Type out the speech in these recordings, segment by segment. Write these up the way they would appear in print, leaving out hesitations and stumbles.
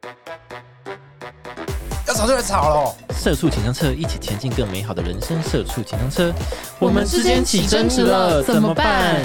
要吵就来吵咯。 社畜请上车，一起前进更美好的人生。社畜请上车，我们之间起争执了，怎么办？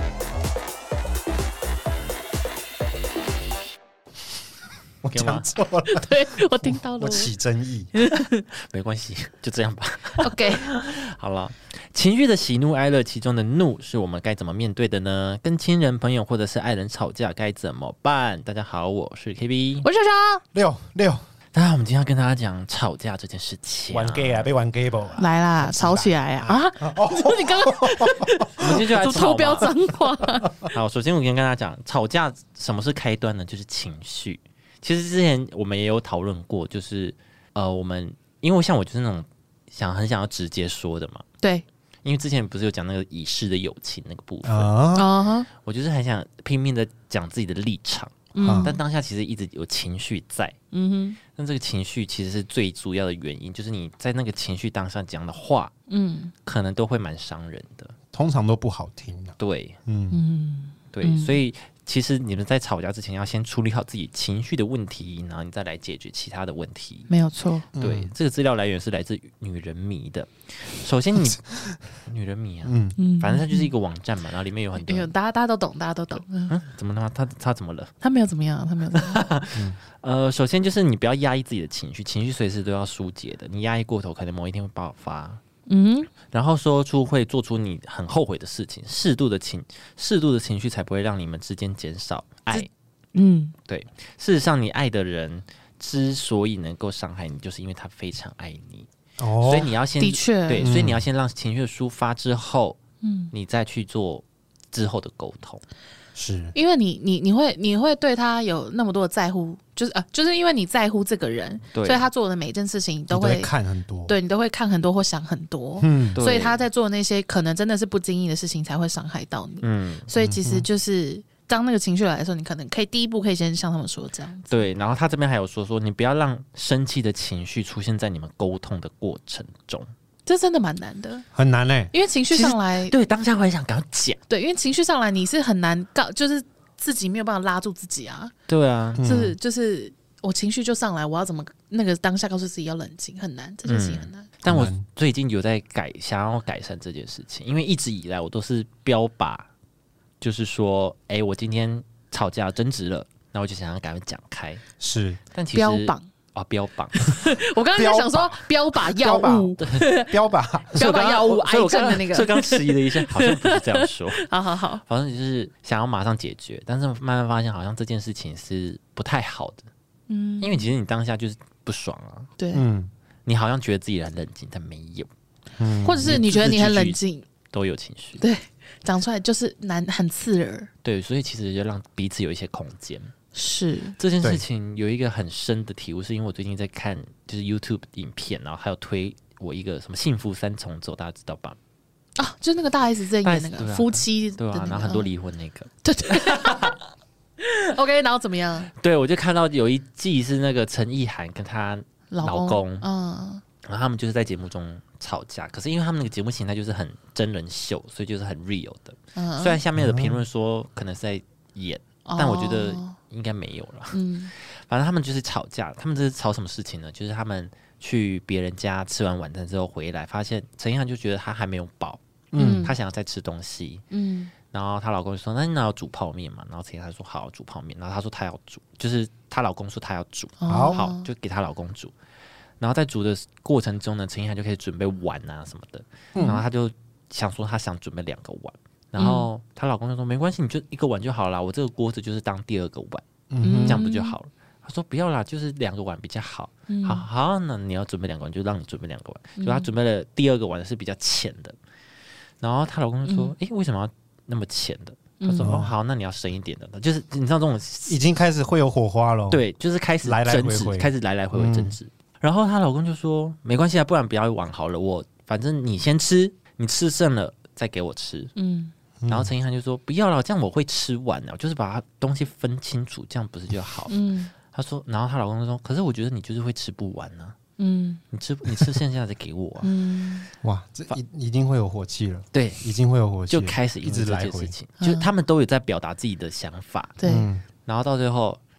我讲错了， 对我听到了， 我起争议， 没关系，就这样吧。 OK， 好了，情绪的喜怒哀乐，其中的怒是我们该怎么面对的呢？跟亲人、朋友或者是爱人吵架该怎么办？大家好，我是 KB， 我是小六， 大家，我们今天要跟大家讲吵架这件事情。 玩 gay 啊，被玩 gay 吧， 来啦，吵起来啊！你刚刚我们今天就来吵偷标脏话。 好，首先我先跟大家讲，吵架什么是开端呢？就是情绪。其实之前我们也有讨论过，就是我们因为像我就是那种很想要直接说的嘛， 对， 因为之前不是有讲那个已逝的友情那个部分，我就是很想拼命的讲自己的立场，但当下其实一直有情绪在，但这个情绪其实是最主要的原因，就是你在那个情绪当下讲的话，可能都会蛮伤人的， 通常都不好听的， 对，对，所以其实你们在吵架之前要先处理好自己情绪的问题，然后你再来解决其他的问题。 没有错。 对，这个资料来源是来自女人迷的。首先你女人迷啊，反正它就是一个网站嘛，然后里面有很多， 大家都懂，大家都懂。 怎么了？他怎么了？ 他没有怎么样，他没有怎么样。 首先就是你不要压抑自己的情绪，情绪随时都要疏解的。你压抑过头，可能某一天会爆发。然后会做出你很后悔的事情，适度的情绪才不会让你们之间减少爱。对，事实上你爱的人之所以能够伤害你，就是因为他非常爱你。所以你要先的确对，所以你要先让情绪抒发之后，你再去做之后的沟通。 是因为你会对他有那么多的在乎，就是因为你在乎这个人，所以他做的每一件事情你都会看很多， 对你都会看很多或想很多，所以他在做那些可能真的是不经意的事情才会伤害到你。所以其实就是当那个情绪来的时候，你可能可以第一步可以先像他们说这样子。 对，然后他这边还有说你不要让生气的情绪出现在你们沟通的过程中。 这真的蛮难的，很难欸， 因为情绪上来， 对，当下我很想赶快讲， 对，因为情绪上来你是很难就是自己没有办法拉住自己啊。 对啊， 就是我情绪就上来，我要怎么那个当下告诉自己要冷静，很难，这件事情很难。 但我最近有在想要改善这件事情，因为一直以来我都是标靶，就是说，我今天吵架争执了，那我就想要赶快讲开， 是， 但其实标榜。 标榜， 我刚刚在想说标靶药物， 标靶药物，癌症的那个， 所以刚迟疑了一下，好像不是这样说。 好， 反正就是想要马上解决，但是慢慢发现好像这件事情是不太好的，因为其实你当下就是不爽啊， 对， 你好像觉得自己很冷静，但没有， 或者是你觉得你很冷静， 都有情绪， 对，讲出来就是很刺耳， 对，所以其实就让彼此有一些空间。 是这件事情有一个很深的体悟，是因为我最近在看就是 YouTube 影片，然后还有推我一个什么幸福三重奏，大家知道吧？ 啊，就是那个大 S 在演那个夫妻的那个， 然后很多离婚那个， 对。OK， 然后怎么样？ 对，我就看到有一季是那个陈意涵跟她老公，然后他们就是在节目中吵架，可是因为他们那个节目形态就是很真人秀，所以就是很 real 的。虽然下面的评论说可能是在演，但我觉得应该没有了。反正他们就是吵架，他们这是吵什么事情呢？就是他们去别人家吃完晚餐之后回来，发现陈意涵就觉得他还没有饱，他想要再吃东西，然后她老公就说：“那你要煮泡面嘛？”然后陈意涵说：“好，煮泡面。”然后她说她要煮，就是她老公说她要煮，好就给她老公煮。然后在煮的过程中呢，陈意涵就可以准备碗啊什么的，然后她就想说她想准备2个碗。然后她老公就说：“没关系，你就1个碗就好了，我这个锅子就是当第2个碗，这样不就好了？”她说：“不要啦，就是2个碗比较好。好，那你要准备2个碗，就让你准备2个碗。就她准备了第2个碗是比较浅的。然后她老公就说：‘为什么要那么浅的？’她说：‘好，那你要深一点的。’就是你知道这种已经开始会有火花了， 对，就是开始争执，开始来来回回争执。然后她老公就说：‘没关系啊，不然不要碗好了，反正你先吃，你吃剩了再给我吃。’然后陈意涵就说：‘不要了，这样我会吃完了，就是把东西分清楚，这样不是就好？’她说，然后她老公就说：‘可是我觉得你就是会吃不完呢。’你吃剩下的再给我啊！ 哇，这一定会有火气了， 对， 已经会有火气， 就开始一直这件事情，就他们都有在表达自己的想法， 对， 然后到最后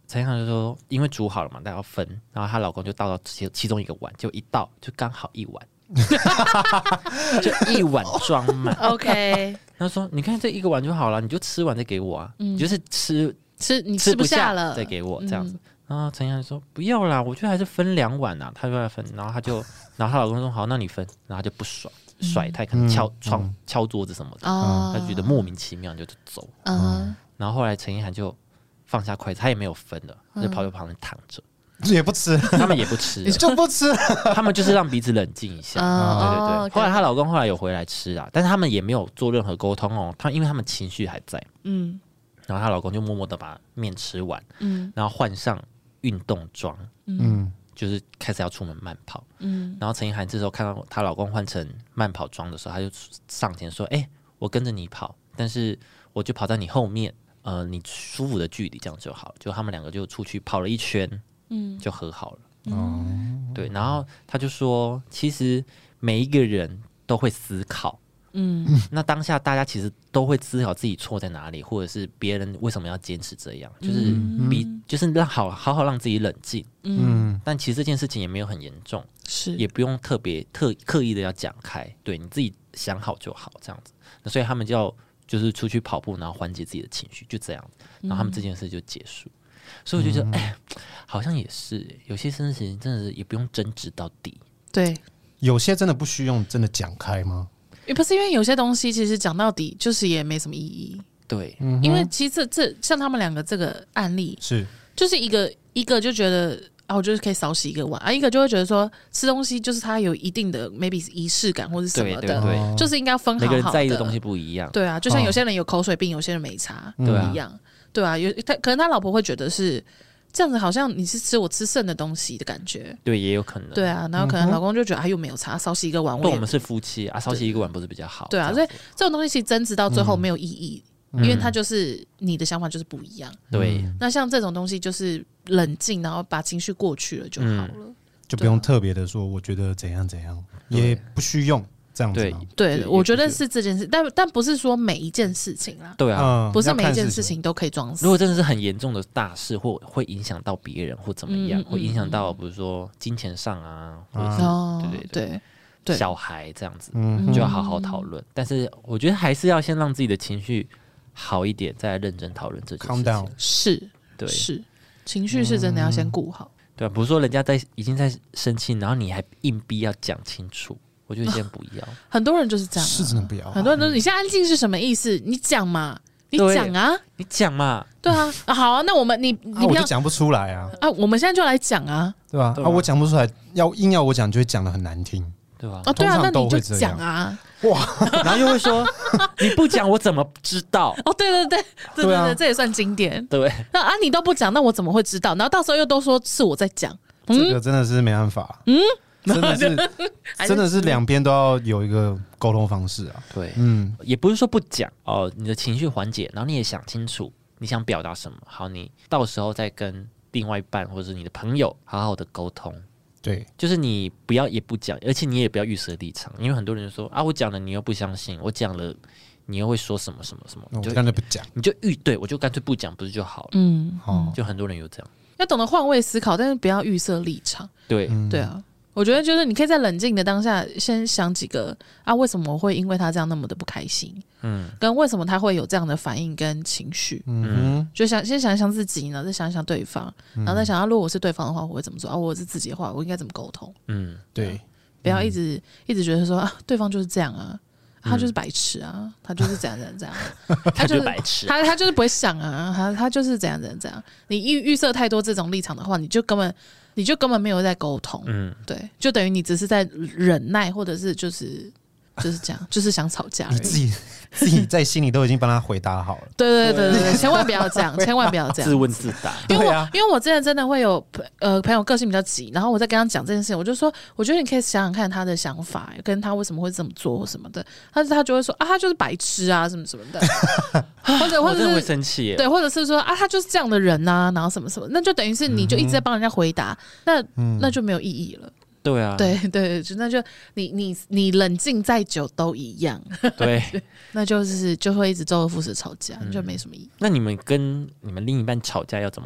陈意涵就说，因为煮好了嘛，大家要分，然后她老公就倒到其中一个碗，就一倒就刚好1碗，就1碗装满。 OK， 他说：“你看这1个碗就好了，你就吃完再给我啊，你就是吃你吃不下了再给我这样子。”然后陈意涵说：“不要啦，我觉得还是分2碗啊。”他就来分，然后她老公说：“好，那你分。”然后他就不甩，他可能敲桌子什么的，他觉得莫名其妙就走。然后后来陈意涵就放下筷子，他也没有分了，就跑到旁边躺着。 也不吃， 他们也不吃， 你就不吃， 他们就是让彼此冷静一下。对。后来她老公后来有回来吃啦，但是他们也没有做任何沟通哦。因为他们情绪还在，然后她老公就默默的把面吃完，然后换上运动装，就是开始要出门慢跑，然后陈意涵这时候看到她老公换成慢跑装的时候，她就上前说：“我跟着你跑，但是我就跑在你后面，你舒服的距离这样就好。”就他们2个就出去跑了1圈。就和好了。对，然后他就说，其实每一个人都会思考，那当下大家其实都会思考自己错在哪里，或者是别人为什么要坚持这样，就是让好好让自己冷静。但其实这件事情也没有很严重，也不用特别刻意的要讲开，对，你自己想好就好这样子。那所以他们就是出去跑步，然后缓解自己的情绪，就这样子，然后他们这件事就结束。所以我就觉得，好像也是，有些事情真的是也不用争执到底。 对， 有些真的不需要真的讲开吗？ 也不是，因为有些东西其实讲到底就是也没什么意义。 对， 因为其实这像他们2个这个案例是， 就是一个就觉得我就是可以少洗1个碗啊，一个就会觉得说吃东西就是它有一定的 maybe 仪式感或是什么的， 对， 就是应该分好好的。 每个人在意的东西不一样。 对啊，就像有些人有口水病，有些人没差，一样。对啊，可能他老婆会觉得是这样子，好像你是吃我吃剩的东西的感觉。 对，也有可能。 对啊，然后可能老公就觉得又没有差，少洗1个碗。 对，我们是夫妻啊，少洗1个碗不是比较好？ 对啊，所以这种东西其实争执到最后没有意义，因为它就是你的想法就是不一样。 对， 那像这种东西就是冷静，然后把情绪过去了就好了， 就不用特别的说，我觉得怎样怎样，也不需用。这样子对，我觉得是这件事，但不是说每一件事情啦。 对啊， 不是每一件事情都可以装死。 如果真的是很严重的大事，或会影响到别人或怎么样，会影响到比如说金钱上啊，或者是对小孩这样子，就要好好讨论。但是我觉得还是要先让自己的情绪好一点，再来认真讨论这件事情。 是，对，是情绪是真的要先顾好。 对啊，比如说人家已经在生气，然后你还硬逼要讲清楚。我觉得先不要， 很多人就是这样， 是真的不要。 很多人都说你现在安静是什么意思？你讲嘛，你讲啊， 你讲嘛， 对啊，好啊，那我们你我就讲不出来啊， 我们现在就来讲啊， 对吧？我讲不出来，硬要我讲，就会讲得很难听， 对吧？ 对啊，那你就讲啊， 哇， 然后又会说你不讲我怎么知道？ 对，这也算经典。 对， 那你都不讲，那我怎么会知道？然后到时候又都说是我在讲， 这个真的是没办法，真的是2边都要有一个沟通方式啊。 对，也不是说不讲哦，你的情绪缓解，然后你也想清楚你想表达什么，好，你到时候再跟另外一半或者是你的朋友好好的沟通。 对， 就是你不要也不讲，而且你也不要预设立场，因为很多人就说我讲了你又不相信，我讲了你又会说什么什么什么， 我就干脆不讲， 你就我就干脆不讲，不是就好了？就很多人有这样， 要懂得换位思考，但是不要预设立场。 对， 对啊。我觉得就是你可以在冷静的当下先想几个为什么我会因为他这样那么的不开心，跟为什么他会有这样的反应跟情绪，就先想一想自己呢，再想一想对方，然后再想如果我是对方的话我会怎么做我是自己的话我应该怎么沟通。 对， 不要一直觉得说对方就是这样啊，他就是白痴啊，他就是怎样他就是白痴， 他就是不会想啊，他就是怎样。你预设太多这种立场的话，你就根本没有在沟通，对，就等于你只是在忍耐，或者是就是这样，就是想吵架而已。 你自己在心里都已经帮他回答好了。 对，千万不要这样，千万不要这样， 自问自答。 因为我之前真的会有朋友个性比较急，然后我在跟他讲这件事情，我就说，我觉得你可以想想看他的想法，跟他为什么会这么做或什么的，他就会说他就是白痴啊什么什么的，或者是会生气， 对，或者是说他就是这样的人啊，然后什么什么，那就等于是你就一直在帮人家回答，那就没有意义了。 对啊， 对，那就你冷静再久都一样， 对， 那就会一直周而复始吵架，就没什么意义。 那你们跟你们另一半吵架要怎么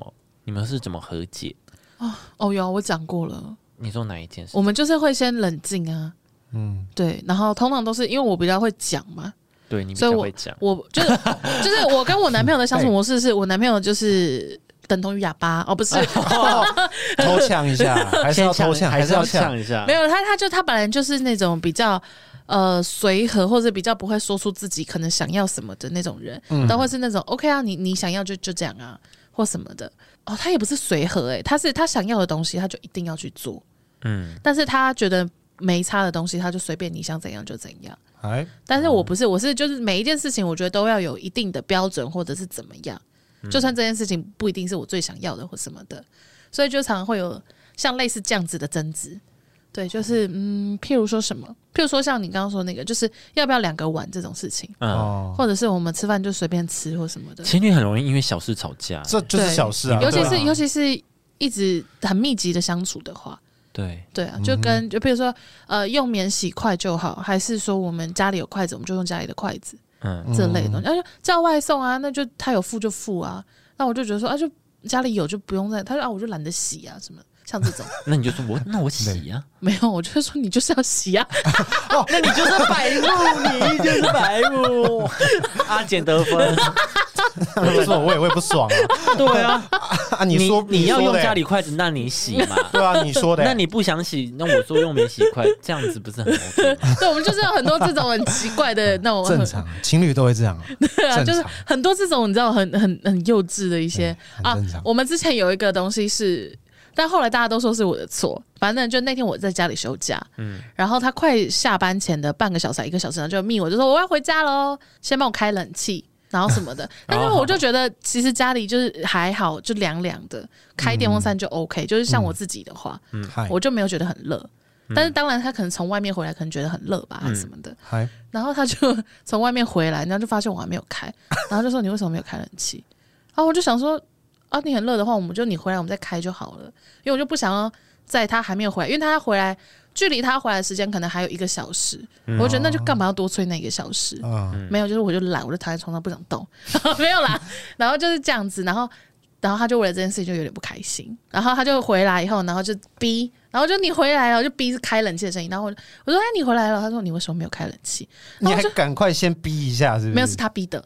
你们是怎么和解？ 有我讲过了。 你说哪一件事？ 我们就是会先冷静啊，对，然后通常都是因为我比较会讲嘛， 对你比较会讲， 我就是我跟我男朋友的相处模式是我男朋友就是等同于哑巴不是偷呛一下，还是要偷呛，还是要呛一下？ 没有，他本来就是那种比较随和或者比较不会说出自己可能想要什么的那种人，都会是那种 OK 啊，你想要就这样啊或什么的。他也不是随和他想要的东西他就一定要去做。但是他觉得没差的东西，他就随便你想怎样就怎样。但是我不是，我是就是每一件事情，我觉得都要有一定的标准，或者是怎么样。就算这件事情不一定是我最想要的或什么的，所以就常常会有像类似这样子的争执。对，就是譬如说什么，譬如说像你刚刚说那个，就是要不要2个碗这种事情，或者是我们吃饭就随便吃或什么的。 情侣很容易因为小事吵架， 这就是小事啊。 尤其是一直很密集的相处的话。对啊，就比如说用免洗筷就好，还是说我们家里有筷子，我们就用家里的筷子，这类的东西。而且叫外送啊，那就他有付就付啊。那我就觉得说就家里有就不用再，他说我就懒得洗啊什么。像这种， 那你就说我洗啊， 没有，我就会说你就是要洗啊， 那你就是白目，你就是白目，阿简得分。 不说我也会不爽啊。 对啊， 你说你要用家里筷子，那你洗嘛。 对啊，你说的。 那你不想洗，那我说用免洗筷，这样子不是很 OK？ 对，我们就是有很多这种很奇怪的那种。 正常，情侣都会这样。 对啊，就是很多这种你知道很幼稚的一些我们之前有一个东西是。但后来大家都说是我的错，反正就那天我在家里休假，然后他快下班前的半个小时、1个小时，然后就密我就说我要回家咯，先帮我开冷气，然后什么的。但是我就觉得其实家里就是还好，就凉凉的，开电风扇就 OK。就是像我自己的话，我就没有觉得很热。但是当然他可能从外面回来，可能觉得很热吧，还是什么的。然后他就从外面回来，然后就发现我还没有开，然后就说你为什么没有开冷气？然后我就想说。你很热的话，你回来我们再开就好了，因为我就不想要在他还没有回来，因为他回来距离他回来的时间可能还有1个小时，我觉得那就干嘛要多催那1个小时？没有，就是我就懒，我就躺在床上不想动，没有啦。然后就是这样子，然后他就为了这件事情就有点不开心，然后他就回来以后，然后就逼。然后就你回来了，就逼是开冷气的声音。然后我说你回来了，他说你为什么没有开冷气？ 你还赶快先逼一下，是不是？ 没有，是他逼的。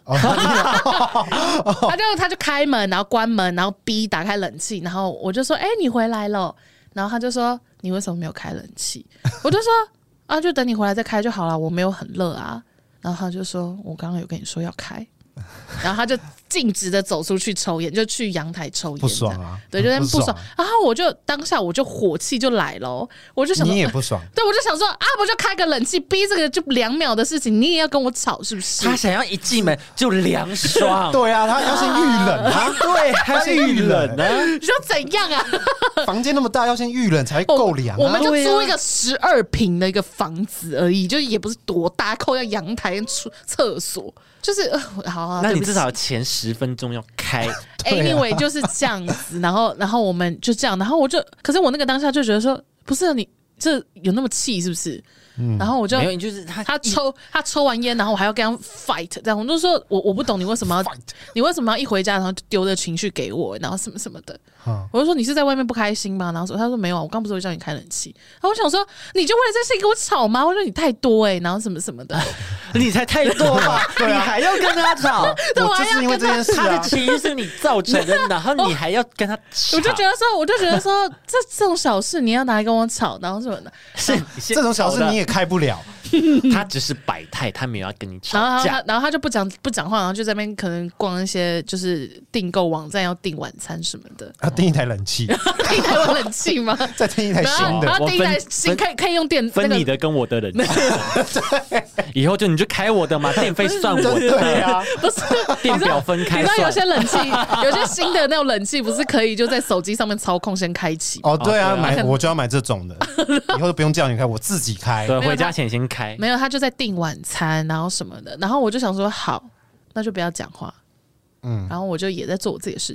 他就开门，然后关门，然后逼打开冷气。然后我就说你回来了。然后他就说你为什么没有开冷气？我就说就等你回来再开就好了，我没有很热啊。然后他就说我刚刚有跟你说要开。然后他就径直的走出去抽烟，就去阳台抽烟， 不爽啊！ 对，就在不爽。然后我就当下我就火气就来了，我就想说你也不爽， 对，我就想说不就开个冷气，逼这个就2秒的事情，你也要跟我吵是不是？ 他想要一进门就凉爽， 对啊，他要先遇冷啊， 对，他要先遇冷啊， 你说怎样啊？ 房间那么大，要先遇冷才够凉。 我们就租一个12坪的一个房子而已，就也不是多大，扣掉阳台跟厕所。就是好， 那你至少前10分钟要开。 Anyway 就是这样子，然后我们就这样，然后可是我那个当下就觉得说，不是你这有那么气是不是？然后我就没有，就是他抽完烟，然后我还要跟他 fight， 这样我就说我不懂你为什么要你为什么要一回家然后就丢这情绪给我，然后什么什么的，我就说你是在外面不开心吗？然后他说没有啊，我刚不是会叫你开冷气，然后我想说你就为了这事情跟我吵吗？我说你太多然后什么什么的， 你才太多吧？你还要跟他吵？ 我就是因为这件事他的情绪是你造成的，然后你还要跟他吵？ 我就觉得说这种小事你要拿来跟我吵，然后什么的， 是这种小事你也开不了。 他只是摆态，他没有要跟你吵架， 然后他就不讲话，然后就在那边可能逛一些就是订购网站，要订晚餐什么的。 订一台冷气， 订一台冷气吗？ 再订一台新的， 然后订一台新可以用电分你的跟我的冷气。以后你就开我的嘛，电费算我的。 对啊， 不是电表分开算。 你知道有些冷气，有些新的那种冷气不是可以就在手机上面操控先开启？ 对啊，我就要买这种的，以后就不用叫你开，我自己开。 对，回家前先开。 没有，他就在订晚餐，然后什么的，然后我就想说好，那就不要讲话，然后我就也在做我自己的事情，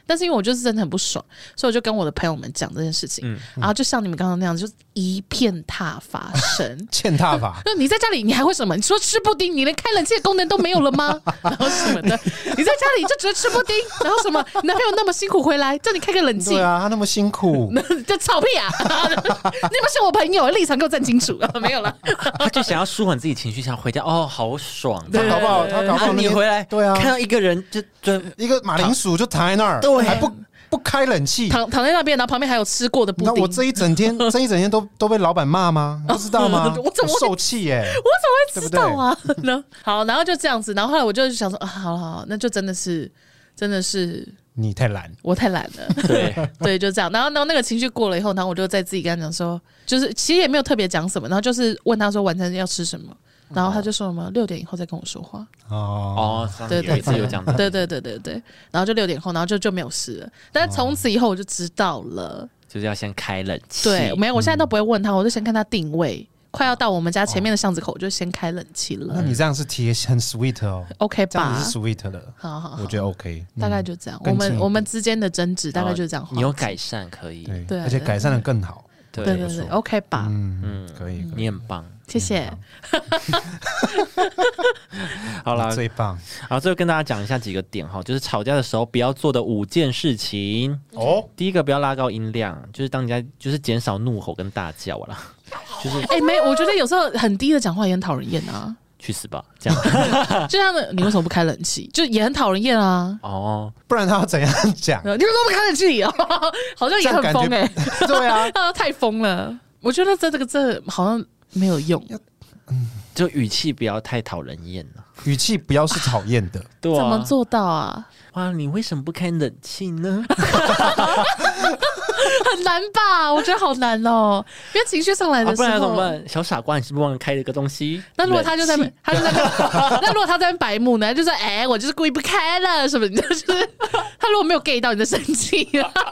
但是因为我就是真的很不爽，所以我就跟我的朋友们讲这件事情，然后就像你们刚刚那样，就是一片挞伐声， 欠挞伐。 你在家里你还会什么？你说吃布丁，你连开冷气的功能都没有了吗？然后什么的，你在家里就只会吃布丁，然后什么？你男朋友那么辛苦回来，叫你开个冷气， 对啊，他那么辛苦， 就吵屁啊！你有没有是我朋友立场给我站清楚？没有了， 他就想要舒缓自己情绪，想回家哦，好爽。 他搞不好你回来， 对啊， 看到一个人就一个马铃薯就躺在那儿， 对， 还不开冷气， 躺在那边，然后旁边还有吃过的布丁。 那我这一整天都被老板骂吗？不知道吗？ 我怎么受气耶？ 我怎么会知道啊？好，然后就这样子，然后后来我就想说啊，好，那就真的是你太懒， 我太懒了。对，就这样。然后那个情绪过了以后，然后我就在自己跟他讲说，就是其实也没有特别讲什么，然后就是问他说晚餐要吃什么。然后他就说什么6点以后再跟我说话对，有一次有讲的， 对，然后就6点后，然后就没有事了。但是从此以后我就知道了， 就是要先开冷气。 对，没有，我现在都不会问他，我就先看他定位，快要到我们家前面的巷子口，我就先开冷气了。 那你这样是很 sweet 哦 ，OK 吧？ 这样是 sweet 的， 好， 我觉得 OK， 大概就这样。我们之间的争执大概就这样。 你有改善可以， 对， 而且改善的更好。 对，OK 吧？ 可以， 你很棒。 谢谢。 好了， 最棒。 好，最后跟大家讲一下几个点哈，就是吵架的时候不要做的5件事情。第一个不要拉高音量，就是当人家就是减少怒吼跟大叫啦。就是我觉得有时候很低的讲话也很讨人厌啊。 去死吧，这样。 就像你为什么不开冷气，就也很讨人厌啊。 不然他要怎样讲？ 你为什么不开冷气？好像也很疯对啊， 太疯了。我觉得这好像没有用。 就语气不要太讨人厌了， 语气不要是讨厌的。 对啊，怎么做到啊？ 哇，你为什么不开冷气呢？ 很难吧？我觉得好难哦，因为情绪上来的时候， 不然怎么办？小傻瓜，你是不是忘了开了个东西？ 那如果他就在那如果他在白目呢？就说我就是故意不开了，什么？就是他如果没有 get 到你的生气，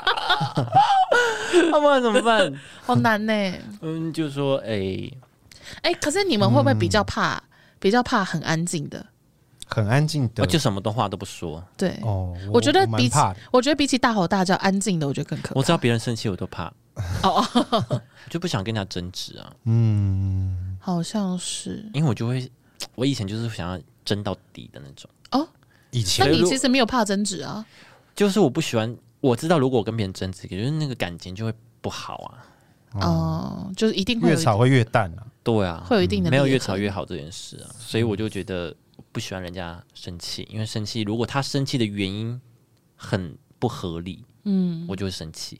那不然怎么办？ 好难呢。 就说可是你们会不会比较怕很安静的？ 很安静的， 就什么话都不说。 对，我觉得比起大吼大叫，安静的我觉得更可怕。 我知道别人生气我都怕，我就不想跟人家争执啊。 好像是， 因为我以前就是想要争到底的那种。 以前， 那你其实没有怕争执啊？ 就是我不喜欢，我知道如果我跟别人争执，就是那个感情就会不好啊。就是一定会越吵会越淡啊。 对啊， 会有一定的没有越吵越好这件事啊，所以我就觉得不喜欢人家生气，因为生气如果他生气的原因很不合理，我就会生气。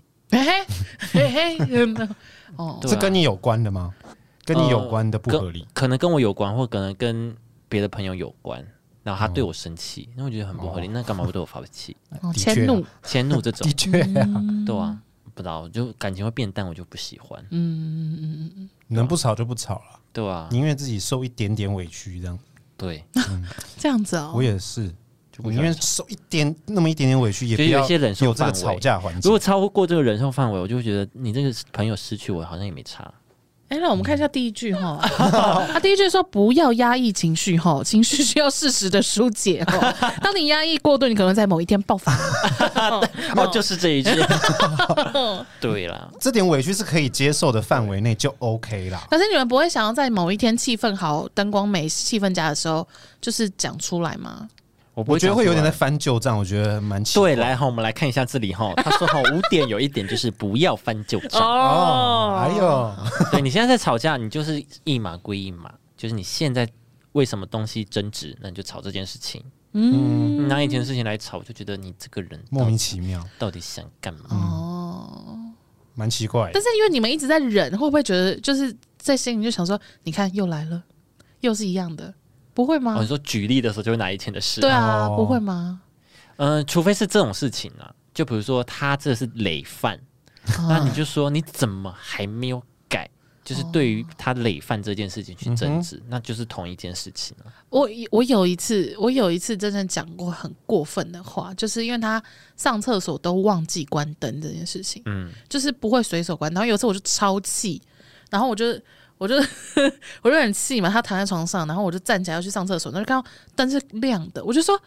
这跟你有关的吗？跟你有关的不合理， 可能跟我有关，或可能跟别的朋友有关。然后他对我生气，那我觉得很不合理，那干嘛不对我发气？ 迁怒这种， 的确啊， 对啊，不知道，就感情会变淡，我就不喜欢。 能不吵就不吵了， 对啊， 宁愿自己受一点点委屈这样。 对， 这样子哦， 我也是，我宁愿受那么一点点委屈，也不要有一些忍受这个吵架环境。 如果超过这个忍受范围，我就会觉得你这个朋友失去我，好像也没差。 那我们看一下第一句哈，他第一句说不要压抑情绪哈，情绪需要适时的疏解哈。当你压抑过度，你可能在某一天爆发。 就是这一句。对啦， 这点委屈是可以接受的范围内就 OK 啦。 可是你们不会想要在某一天气氛好、灯光美、气氛佳的时候，就是讲出来吗？ 我觉得会有点在翻旧账，我觉得蛮奇怪。 对，来我们来看一下这里哈。他说5点有一点就是不要翻旧账还有， 对你现在在吵架，你就是一码归一码，就是你现在为什么东西争执，那你就吵这件事情。拿以前的事情来吵，就觉得你这个人莫名其妙， 到底想干嘛？ 蛮奇怪。 但是因为你们一直在忍，会不会觉得就是在心里就想说，你看又来了，又是一样的？不会吗？ 你说举例的时候就会拿以前的事， 对啊，不会吗？ 除非是这种事情啊，就比如说他这是累犯，那你就说你怎么还没有改？就是对于他累犯这件事情去争执，那就是同一件事情啊。 我有一次真的讲过很过分的话，就是因为他上厕所都忘记关灯这件事情，就是不会随手关。然后有一次我就超气，然后我就很气嘛，他躺在床上，然后我就站起来要去上厕所，然后就看到灯是亮的，我就说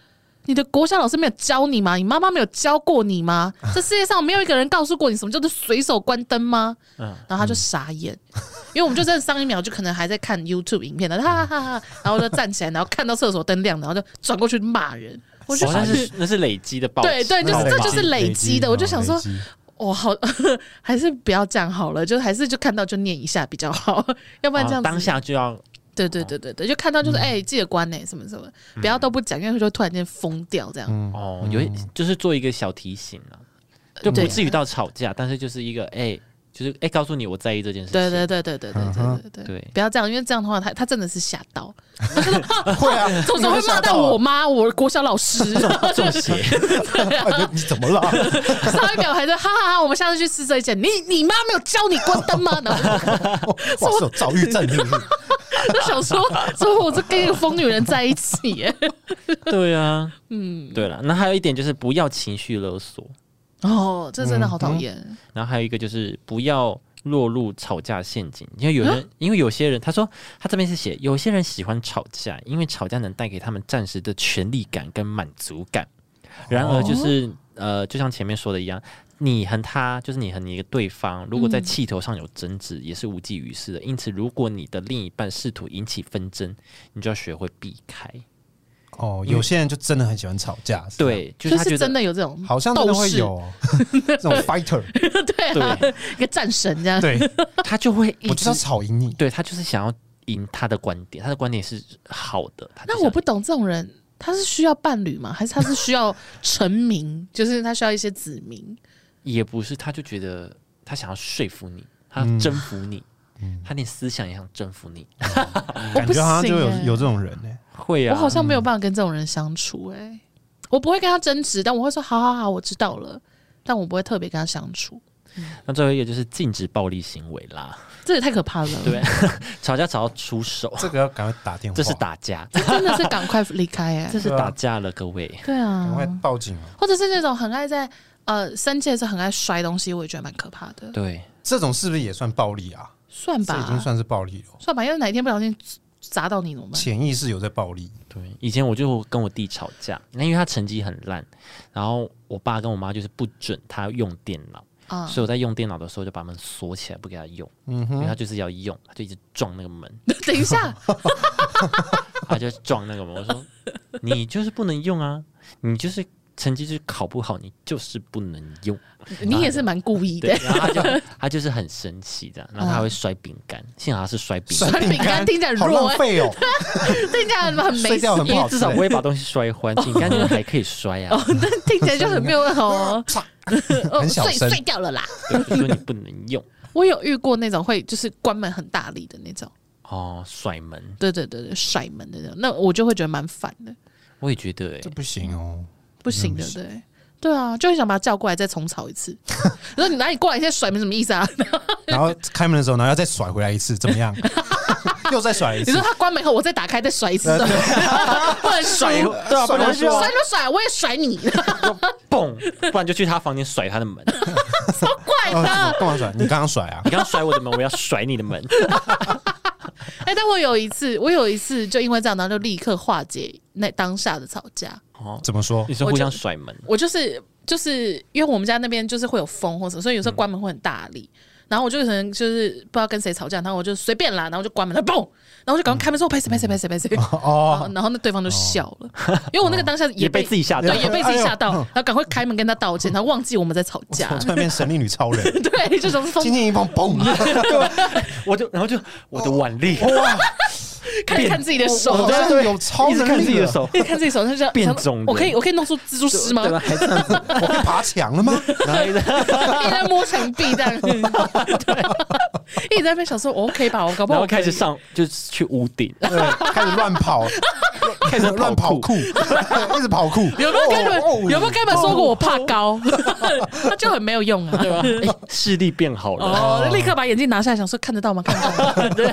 你的国小老师没有教你吗？你妈妈没有教过你吗？这世界上没有一个人告诉过你什么叫做随手关灯吗？然后他就傻眼，因为我们就在上一秒就可能还在看 YouTube 影片的，哈哈哈，然后就站起来，然后看到厕所灯亮，然后就转过去骂人。我就那是累积的暴击， 对，这就是累积的。我就想说，好，还是不要这样好了，就还是就看到就念一下比较好，要不然这样子当下就要。 对，就看到就是记得关什么什么，不要都不讲，因为就突然间疯掉这样。 就是做一个小提醒啊，就不至于到吵架，但是就是一个就是告诉你我在意这件事情。 对，不要这样，因为这样的话他真的是吓到， 会啊， 怎么会骂到我妈？我国小老师中邪， 你怎么了？ 上一秒还在哈哈哈，我们下次去吃这一件，你妈没有教你关灯吗？ 哇，是有躁郁症是不是？ 就想说我这跟一个疯女人在一起耶。 对啊，对了，那还有一点就是不要情绪勒索。 这真的好讨厌。 然后还有一个就是不要落入吵架陷阱，因为有些人他说他这边是写有些人喜欢吵架，因为吵架能带给他们暂时的权力感跟满足感。然而就是就像前面说的一样。你和他，就是你和你的对方，如果在气头上有争执，也是无济于事的。因此，如果你的另一半试图引起纷争，你就要学会避开。 有些人就真的很喜欢吵架， 对，就是他觉得真的有这种， 好像真的会有这种 fighter， 对，一个战神这样， 对， 他就会我就是要吵赢你， 对他就是想要赢他的观点，他的观点是好的。 那我不懂这种人，他是需要伴侣吗？还是他是需要臣民？就是他需要一些子民？ 也不是，他就觉得他想要说服你，他要征服你，他连思想也想征服你。 感觉好像就有这种人呢， 会啊， 我好像没有办法跟这种人相处我不会跟他争执，但我会说好，我知道了，但我不会特别跟他相处。 那最后一个就是禁止暴力行为啦， 这也太可怕了。 对，吵架吵到出手， 这个要赶快打电话， 这是打架， 这真的是赶快离开这是打架了，各位。 对啊， 赶快报警或者是那种很爱在生气的时候很爱摔东西，我也觉得蛮可怕的。 对， 这种是不是也算暴力啊？ 算吧， 这已经算是暴力了。 算吧，因为哪一天不小心砸到你怎么办？ 潜意识有在暴力。 对，以前我就跟我弟吵架，那因为他成绩很烂，然后我爸跟我妈就是不准他用电脑。所以我在用电脑的时候就把门锁起来，不给他用，因为他就是要用，他就一直撞那个门。 等一下， 他就撞那个门。我说：“你就是不能用啊，你就是成绩就是考不好，你就是不能用。” 你也是蛮故意的。 然后他就是很生气这样，然后他会摔饼干，幸好他是摔饼干。 摔饼干听起来很弱， 好浪费哦， 听起来很没掉， 因为至少不会把东西摔坏，饼干就是还可以摔啊。 但听起来就很没有好很小声， 碎掉了啦。 对，就说你不能用。 我有遇过那种会就是关门很大力的那种。 甩门。 对，甩门的那种，那我就会觉得蛮烦的。 我也觉得这不行哦， 不行的，对啊，就会想把他叫过来再重吵一次。我说你哪里过来，现在甩门什么意思啊？ 然后开门的时候，然后要再甩回来一次，怎么样？又再甩一次。 你说他关门后，我再打开再甩一次，不能甩， 对啊，不能甩就甩，我也甩你， 蹦，不然就去他房间甩他的门， 超怪的。 干嘛甩？你刚刚甩啊？ 你刚刚甩我的门，我要甩你的门。 但我有一次就因为这样，然后就立刻化解那当下的吵架。 怎么说？ 你说互相甩门？ 我就是因为我们家那边就是会有风或者，所以有时候关门会很大力。然后我就可能就是不知道跟谁吵架，然后我就随便啦，然后就关门了，嘣，然后我就赶快开门说拍谁，然后那对方就笑了，因为我那个当下也被自己吓到， 对，也被自己吓到，然后赶快开门跟他道歉，然后忘记我们在吵架， 突然变神力女超人， 对，这种轻轻一碰，嘣， 然后就我的腕力哇。 开始看自己的手， 对，有超能力， 看自己的手， 一直看自己手，他就变种。 我可以弄出蜘蛛丝吗？ 对吧？还这样子， 我可以爬墙了吗？ 然后一直在摸墙壁这样，对，一直在那边想说，我 OK 吧？我搞不好。 然后开始就是去屋顶， 开始乱跑，开始乱跑酷，一直跑酷。 有没有跟你们说过我怕高？他就很没有用啊， 对吧？视力变好了， 立刻把眼镜拿下来，想说看得到吗？看得到吗？对。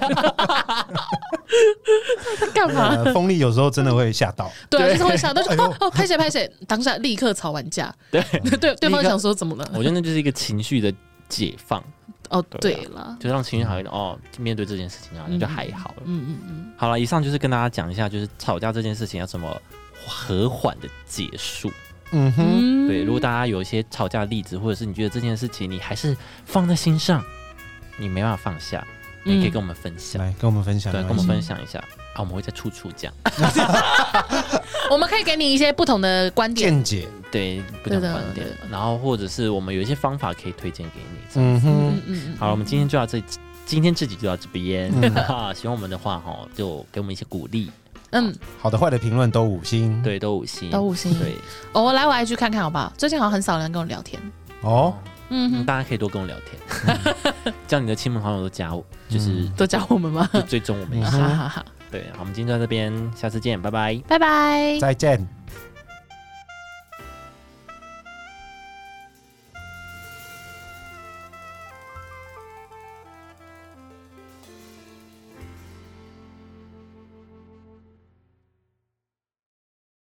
他干嘛？ 锋利有时候真的会吓到， 对，就是会吓到，就拍谁，当下立刻吵完架。对方想说怎么了？ 我觉得那就是一个情绪的解放。 对了， 就让情绪好一点。面对这件事情好像就还好了。好了，以上就是跟大家讲一下，就是吵架这件事情要怎么和缓的结束。 嗯哼， 对，如果大家有一些吵架的例子，或者是你觉得这件事情你还是放在心上，你没办法放下，你可以跟我们分享， 来跟我们分享， 对，跟我们分享一下啊，我们会在处讲， 我们可以给你一些不同的观点、 见解， 对，不同的观点，然后或者是我们有一些方法可以推荐给你。嗯哼，好了，我们今天这集就到这边。喜欢我们的话就给我们一些鼓励。 好的坏的评论都5星， 对，都5星， 都5星。对，我来我 IG 看看好不好？最近好像很少人跟我聊天哦。 大家可以多跟我聊天，叫你的亲朋好友都加我，就是都加我们吗？ 就追踪我们一下。对，好，我们今天就到这边，下次见，拜拜， 拜拜， 再见。